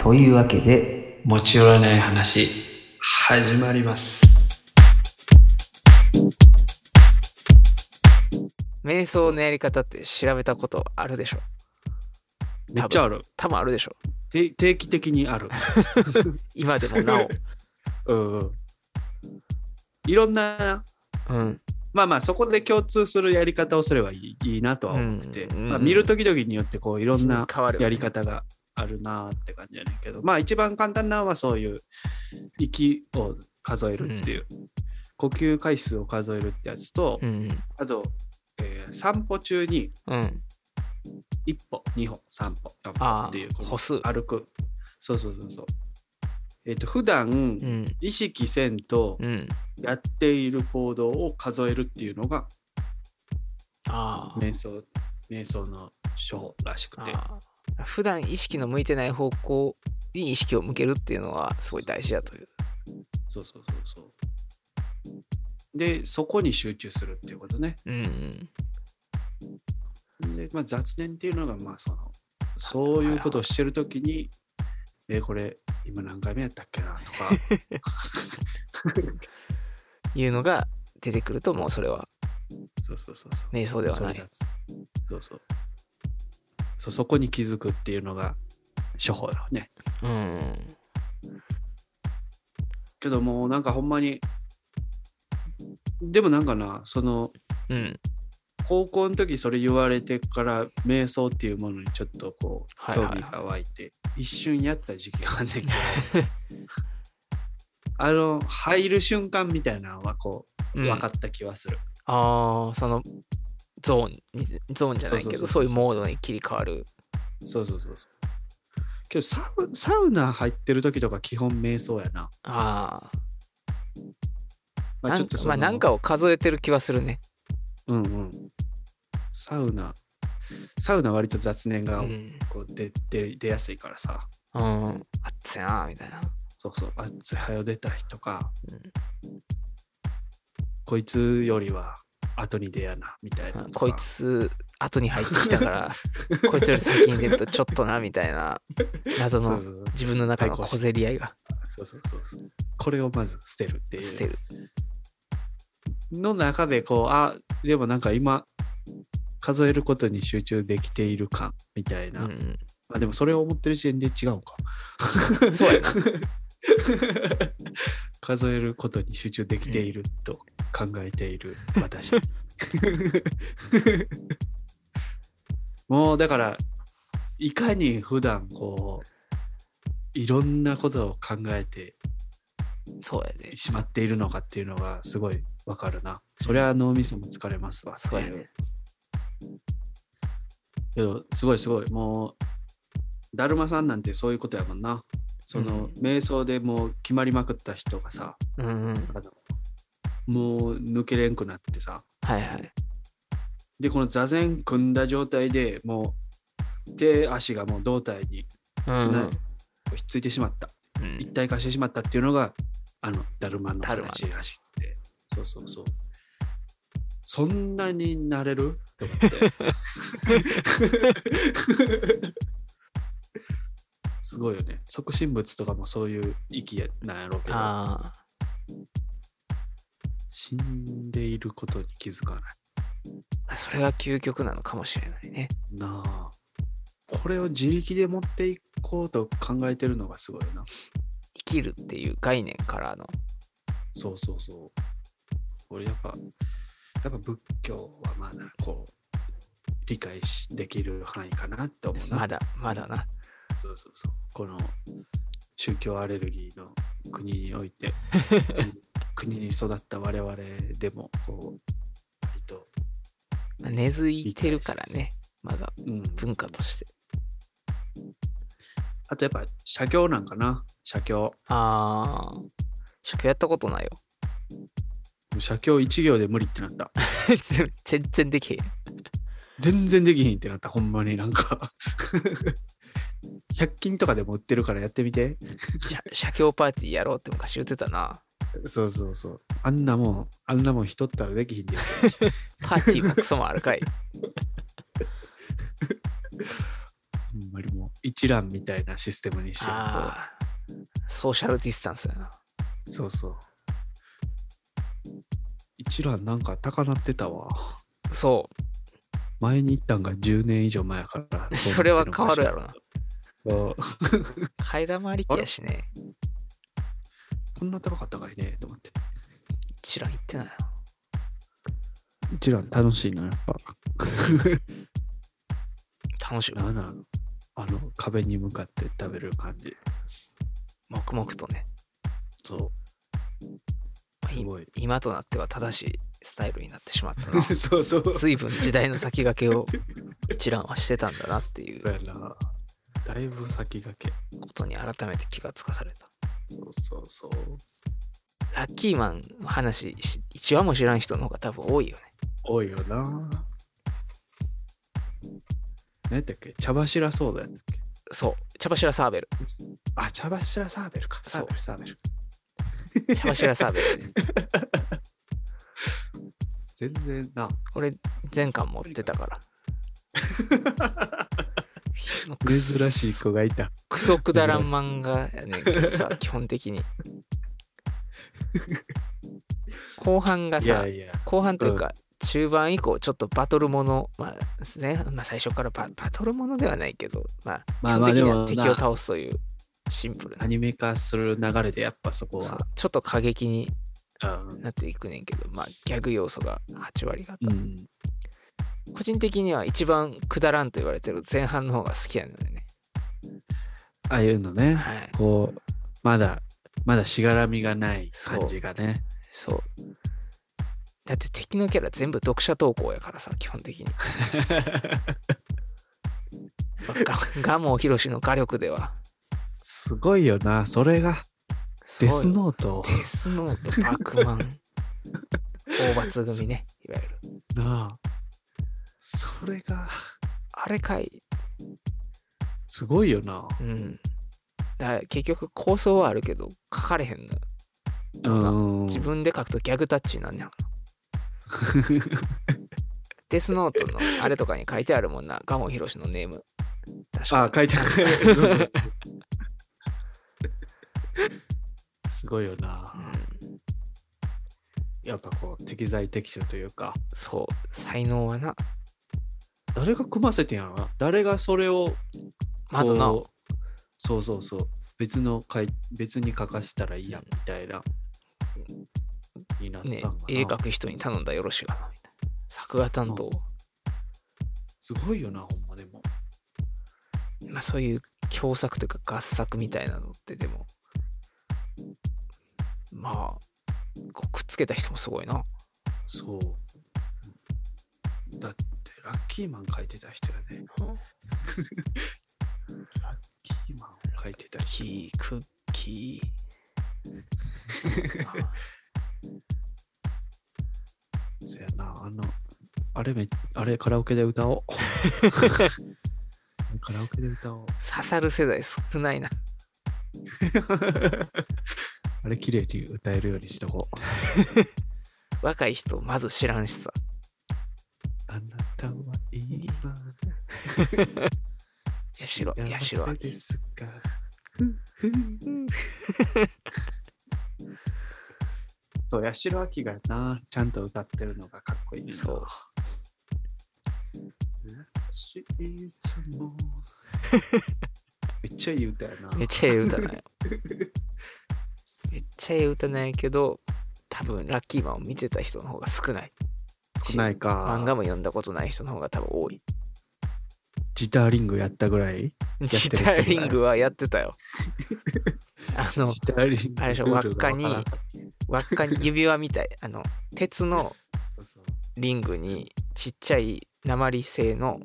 というわけで、 持ち寄らない話、始まります。 瞑想のやり方って調べたことあるでしょ？ めっちゃある。 多分あるでしょ？ 定期的にある。 今でもなお。 うん。いろんな、まあそこで共通するやり方をすればいいなとは思ってて、見る時々によってこういろんなやり方があるなって感じやねんけど、一番簡単なのはそういう息を数えるっていう、呼吸回数を数えるってやつと、あと、散歩中に1歩2歩3歩4歩っていう歩数歩く。そう普段、意識せんとやっている行動を数えるっていうのが、瞑想の手法らしくて、 普段意識の向いてない方向に意識を向けるっていうのはすごい大事だという。 そうでそこに集中するっていうことね。で、雑念っていうのがそういうことをしてるときに、これ今何回目やったっけなとかいうのが出てくると、もうそれは瞑想ではない。 そこに気づくっていうのが処方よね。けどもうなんかほんまに、でもなんかな、高校の時それ言われてから瞑想っていうものにちょっとこう興味が湧いて、一瞬やった時期があんねんけど入る瞬間みたいなのはこう分かった気はする。 そのゾーンじゃないけど、そういうモードに切り替わる。 そうけどサウナ入ってる時とか基本瞑想やな。 ちょっとなんかを数えてる気はするね。 サウナ割と雑念がこう出やすいからさ。 熱いなみたいな。 熱い早出たいとか、こいつよりは後に出やなみたいな。 こいつ後に入ってきたからこいつより先に出るとちょっとなみたいな謎の自分の中の小競り合いが。 これをまず捨てるっていう。捨てるの中でこうでもなんか今数えることに集中できている感みたいな。でもそれを思ってる時点で違うか。 そうやな。 数えることに集中できていると考えている私。もうだからいかに普段こういろんなことを考えてしまっているのかっていうのがすごいわかるな。そりゃ脳みそも疲れますわっていう。けどすごいもうだるまさんなんてそういうことやもんな。瞑想でもう決まりまくった人がさ、もう抜けれんくなってさ、でこの座禅組んだ状態でもう手足がもう胴体にひっついてしまった、一体化してしまったっていうのがだるまの形らしくて、そんなになれると思ってすごいよね。即身仏とかもそういう域なんやろうけど、死んでいることに気づかない。 それが究極なのかもしれないね。 これを自力で持っていこうと考えてるのがすごいな。 生きるっていう概念からの。 これやっぱ仏教はまだこう理解できる範囲かなって思うな。 まだな。 この宗教アレルギーの国において国に育った我々でもこう割と根付いてるからね、まだ文化として。 あとやっぱ写経なんかな。写経やったことないよ。 写経1行で無理ってなった。 全然できへん。 全然できへんってなった。ほんまになんか100均とかでも売ってるからやってみて。 写経パーティーやろうって昔言ってたな。 あんなもん人ったらできひんで。 パーティーもクソもあるかい。 ほんまにもう一覧みたいなシステムにしてると。 ソーシャルディスタンスやな。 そうそう。一覧なんか高なってたわ。 そう。 前に行ったんが10年以上前やから。 それは変わるやろな。 そう。 替え玉ありきやしね。 こんな高かったかいねと思って。 一覧行ってないな。 一覧楽しいな、やっぱ。 楽しい。 なんなの壁に向かって食べる感じ。 黙々とね。 そう。すごい。 今となっては正しいスタイルになってしまったな。 そうそう。 随分時代の先駆けを一覧はしてたんだなっていう。 そうやな。だいぶ先駆け。 ことに改めて気がつかされた。 そうそうそう。 ラッキーマンの話、一話も知らん人の方が多分多いよね。 多いよな。何やったっけ？茶柱ソーダやったっけ？ そう。茶柱サーベル。 あ、茶柱サーベルか。サーベル。 茶柱サーベル、ね。 全然な。 俺、前巻持ってたから。 珍しい子がいた。 クソくだらん漫画やねんけどさ、基本的に。後半がさ、後半というか、中盤以降ちょっとバトルもの、まあですね、まあ最初からバトルものではないけど、まあ基本的には敵を倒すというシンプルな。 アニメ化する流れでやっぱそこは。 ちょっと過激になっていくねんけど、まあギャグ要素が8割方。個人的には一番くだらんと言われてる前半の方が好きなのよね。 ああいうのね、 はい、 こう、まだしがらみがない感じがね。 そう。だって敵のキャラ全部読者投稿やからさ、基本的に。蒲生宏の画力では。 すごいよな、それが。デスノート。 デスノート、バクマン。大罰組ね、いわゆる。 なあ。それが。 あれかい。 すごいよな。 うん。だ結局構想はあるけど、書かれへんの。自分で書くとギャグタッチになんねやろな。デスノートのあれとかに書いてあるもんな、蒲生宏のネーム。 あ、書いてある。すごいよな、やっぱこう適材適所というか。 そう、才能はな。 誰が組ませてんやろな。誰がそれをまずな。 そう別に書かせたらいいやみたいな。になったんかな。 ね、絵描く人に頼んだらよろしいかなみたいな。作画担当。 すごいよな、ほんまでも。 まあそういう共作というか合作みたいなのってでも、まあこうくっつけた人もすごいな。 そう。だってラッキーマン書いてた人やね。ラッキーマンを書いてた人。 クッキー。 そやな、あれカラオケで歌おう。カラオケで歌おう。 刺さる世代少ないな。 あれ綺麗に歌えるようにしとこう。若い人まず知らんしさ。 あなたは今八代亜紀ですか。 そう、八代亜紀がな、ちゃんと歌ってるのがかっこいい。 そう。 いつもめっちゃいい歌やな。 めっちゃいい歌なんよ。めっちゃいい歌なんやけど、多分ラッキーマンを見てた人の方が少ない。 少ないか。 漫画も読んだことない人の方が多分多い。 ジターリングやったぐらい？ ジターリングはやってたよ。あれでしょ、輪っかに指輪みたい、鉄のリングにちっちゃい鉛製の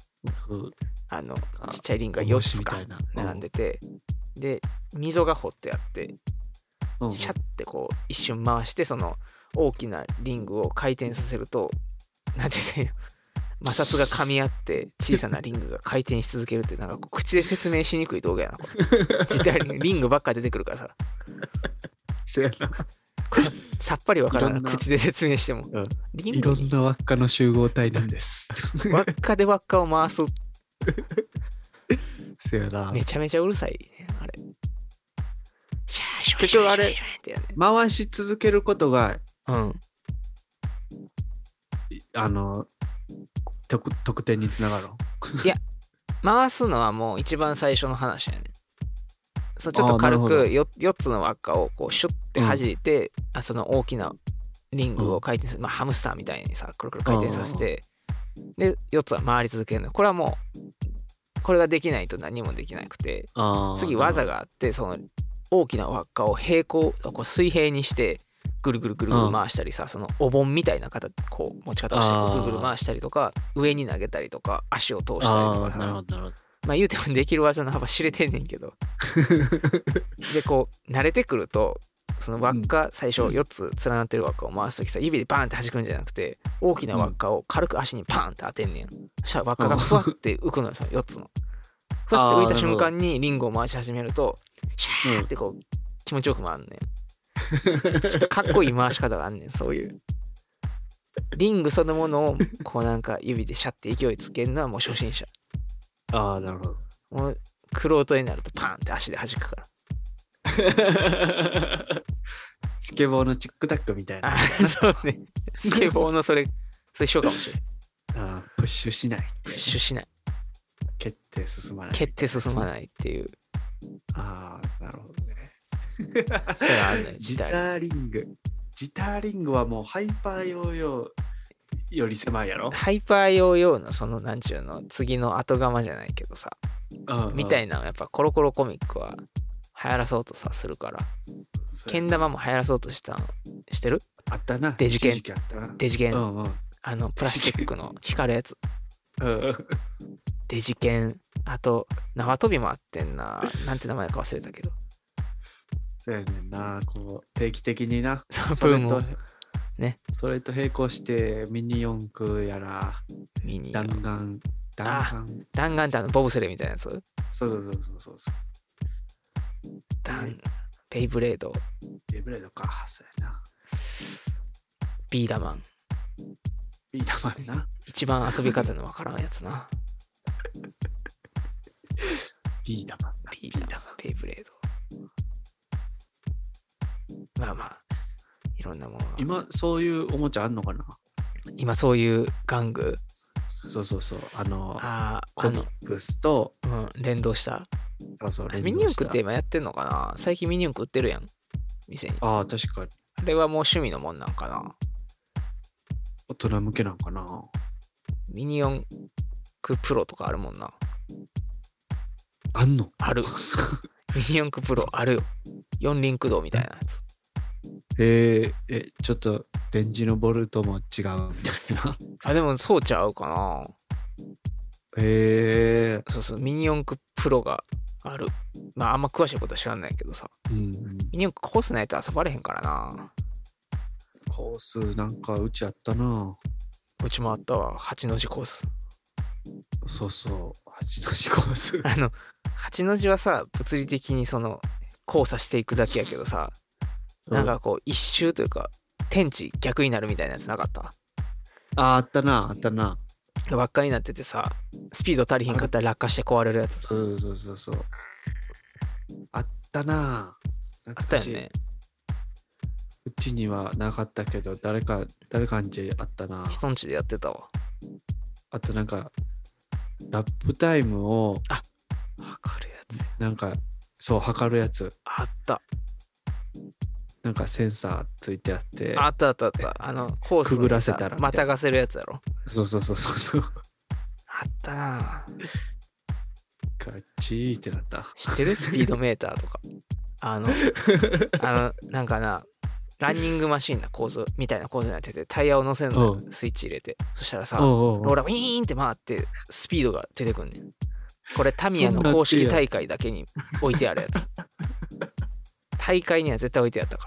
ちっちゃいリングが4つか並んでて、で溝が掘ってあって、シャッてこう一瞬回して、その大きなリングを回転させると、なんていうの、摩擦が噛み合って小さなリングが回転し続けるって、なんかこう口で説明しにくい道具やな、これ。実際にリングばっか出てくるからさ。 せやな。 さっぱりわからない、口で説明しても。 いろんな輪っかの集合体なんです。 輪っかで輪っかを回す。 そうやな。 めちゃめちゃうるさいね、あれ。 結局あれ、回し続けることが、 うん。 得点につながる。 いや、回すのはもう一番最初の話やね。そうちょっと軽く 4つの輪っかをこうシュッて弾いて、その大きなリングを回転する、ハムスターみたいにさくるくる回転させて、で4つは回り続けるの。これはもうこれができないと何もできなくて、次技があって、その大きな輪っかをこう水平にしてぐるぐるぐるぐる回したりさ、そのお盆みたいなこう持ち方をしてぐるぐる回したりとか、上に投げたりとか足を通したりとかさ、言うてもできる技の幅知れてんねんけどでこう慣れてくると、その輪っか、最初4つ連なってる輪っかを回すときさ、指でバーンって弾くんじゃなくて、大きな輪っかを軽く足にパーンって当てんねん。そしたら輪っかがふわって浮くのよ、その4つの。ふわって浮いた瞬間にリングを回し始めると、シャーってこう気持ちよく回んねん。ちょっとかっこいい回し方があんねん、そういう。リングそのものをこうなんか指でシャッて勢いつけるのはもう初心者。 ああ、なるほど。 もう玄人になるとパーンって足で弾くから。 スケボーのチックタックみたいな。 そうね。スケボーのそれ一緒かもしれない。プッシュしない。 プッシュしない。 蹴って進まない。 蹴って進まないっていう。 ああ、なるほどね。 それあるね。 ジターリング。ジターリングはもうハイパーヨーヨーより狭いやろ。 ハイパーヨーヨーのそのなんちゅうの次の後釜じゃないけどさ、みたいなのやっぱコロコロコミックは流行らそうとさするから、けん玉も流行らそうとしてる？ あったな。 デジケン。デジケン。 プラスチックの光るやつ。デジケン。あと縄跳びもあってんな。なんて名前か忘れたけど。 そうやねんな。こう定期的にな。 それとね。 それと並行してミニ四駆やら。弾丸ってボブスレーみたいなやつ？ そうベイブレードか。そうやな。 ビーダマンな。 一番遊び方のわからんやつな。 ビーダマン、 ベイブレード。まあいろんなもの。 今そういうおもちゃあんのかな？ 今そういう玩具。 そうコミックスと、 連動した。ミニ四駆って今やってんのかな？最近ミニ四駆売ってるやん、店に。 ああ、確かに。 あれはもう趣味のもんなんかな？ 大人向けなんかな？ ミニ四駆プロとかあるもんな。 あんの？ ある。ミニ四駆プロあるよ。四輪駆動みたいなやつ。 ちょっと電池のボルトも違うみたいな。 でもそうちゃうかな。そうミニ四駆プロがある。あんま詳しいことは知らないけどさ。ミニ四駆コースないと遊ばれへんからな。 コースなんかうちあったな。 うちもあったわ。8の字コース。 そう8の字コース。 8の字はさ、物理的にその交差していくだけやけどさ、なんかこう一周というか天地逆になるみたいなやつなかった？ あったな。 輪っかになっててさ、スピード足りひんかったら落下して壊れるやつ。 そうあったな。 あったよね。 うちにはなかったけど誰かんちあったな。 人んちでやってたわ。 あとなんかラップタイムを測るやつ。 なんか測るやつあった。 なんかセンサーついてあって。 あった。コースくぐらせたらまたがせるやつやろ。 そう。 あったな。 ガチーってなった。 知ってる？スピードメーターとか。なんかな、ランニングマシンな構造みたいな構造になってて、タイヤを乗せるのスイッチ入れて、そしたらさ、ローラーウィーンって回ってスピードが出てくんねん。これタミヤの公式大会だけに置いてあるやつ。大会には絶対置いてあったから。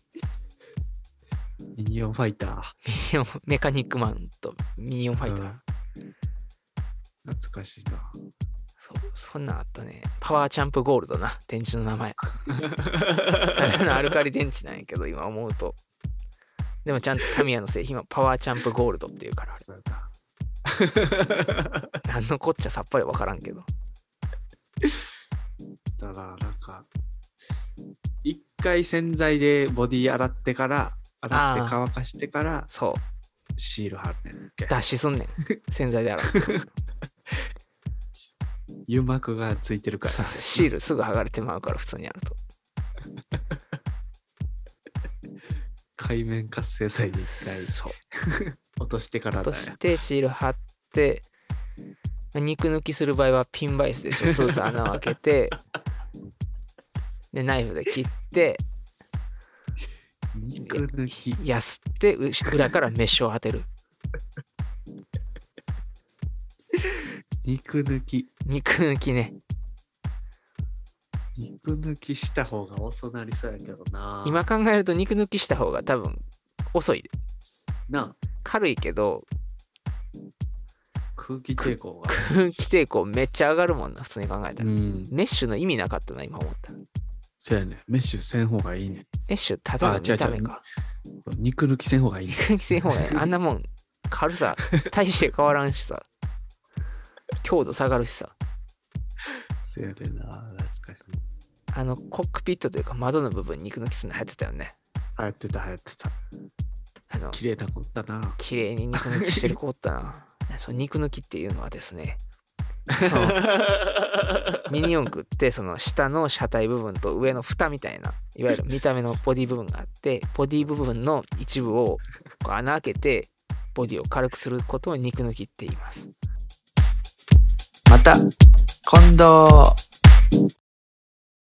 ミニオンファイター。 メカニックマンとミニオンファイター。 懐かしいな。 そんなんあったね。パワーチャンプゴールドな、電池の名前。ただのアルカリ電池なんやけど、今思うと。でもちゃんとタミヤの製品はパワーチャンプゴールドっていうから。何のこっちゃさっぱりわからんけど。 だからなんか一回洗剤でボディ洗ってから洗って乾かしてからそうシール貼るねんけ。 脱脂すんねん洗剤で洗って油膜がついてるから、ね、 シールすぐ剥がれてまうから普通にやると界面活性剤で一回そう落としてから落としてシール貼って肉抜きする場合はピンバイスでちょっとずつ穴を開けてでナイフで切って肉抜きやすって裏からメッシュを当てる肉抜きね。 肉抜きした方が遅なりそうやけどな。 今考えると肉抜きした方が多分遅いでな。 軽いけど空気抵抗めっちゃ上がるもんな普通に考えたら、メッシュの意味なかったな今思ったら。 そうやね。メッシュせん方がいいね。 メッシュただの見た目か。 肉抜きせん方がいい、ね。 肉抜きせん方がいい。あんなもん軽さ大して変わらんしさ強度下がるしさ。 そうやねな。懐かしい。 コックピットというか窓の部分肉抜きするの流行ってたよね。 流行ってた。綺麗な子おったな。 綺麗に肉抜きしてる子おったな。その肉抜きっていうのはですねミニ四駆ってその下の車体部分と上の蓋みたいないわゆる見た目のボディ部分があってボディ部分の一部をこう穴開けてボディを軽くすることを肉抜きって言います。 また今度。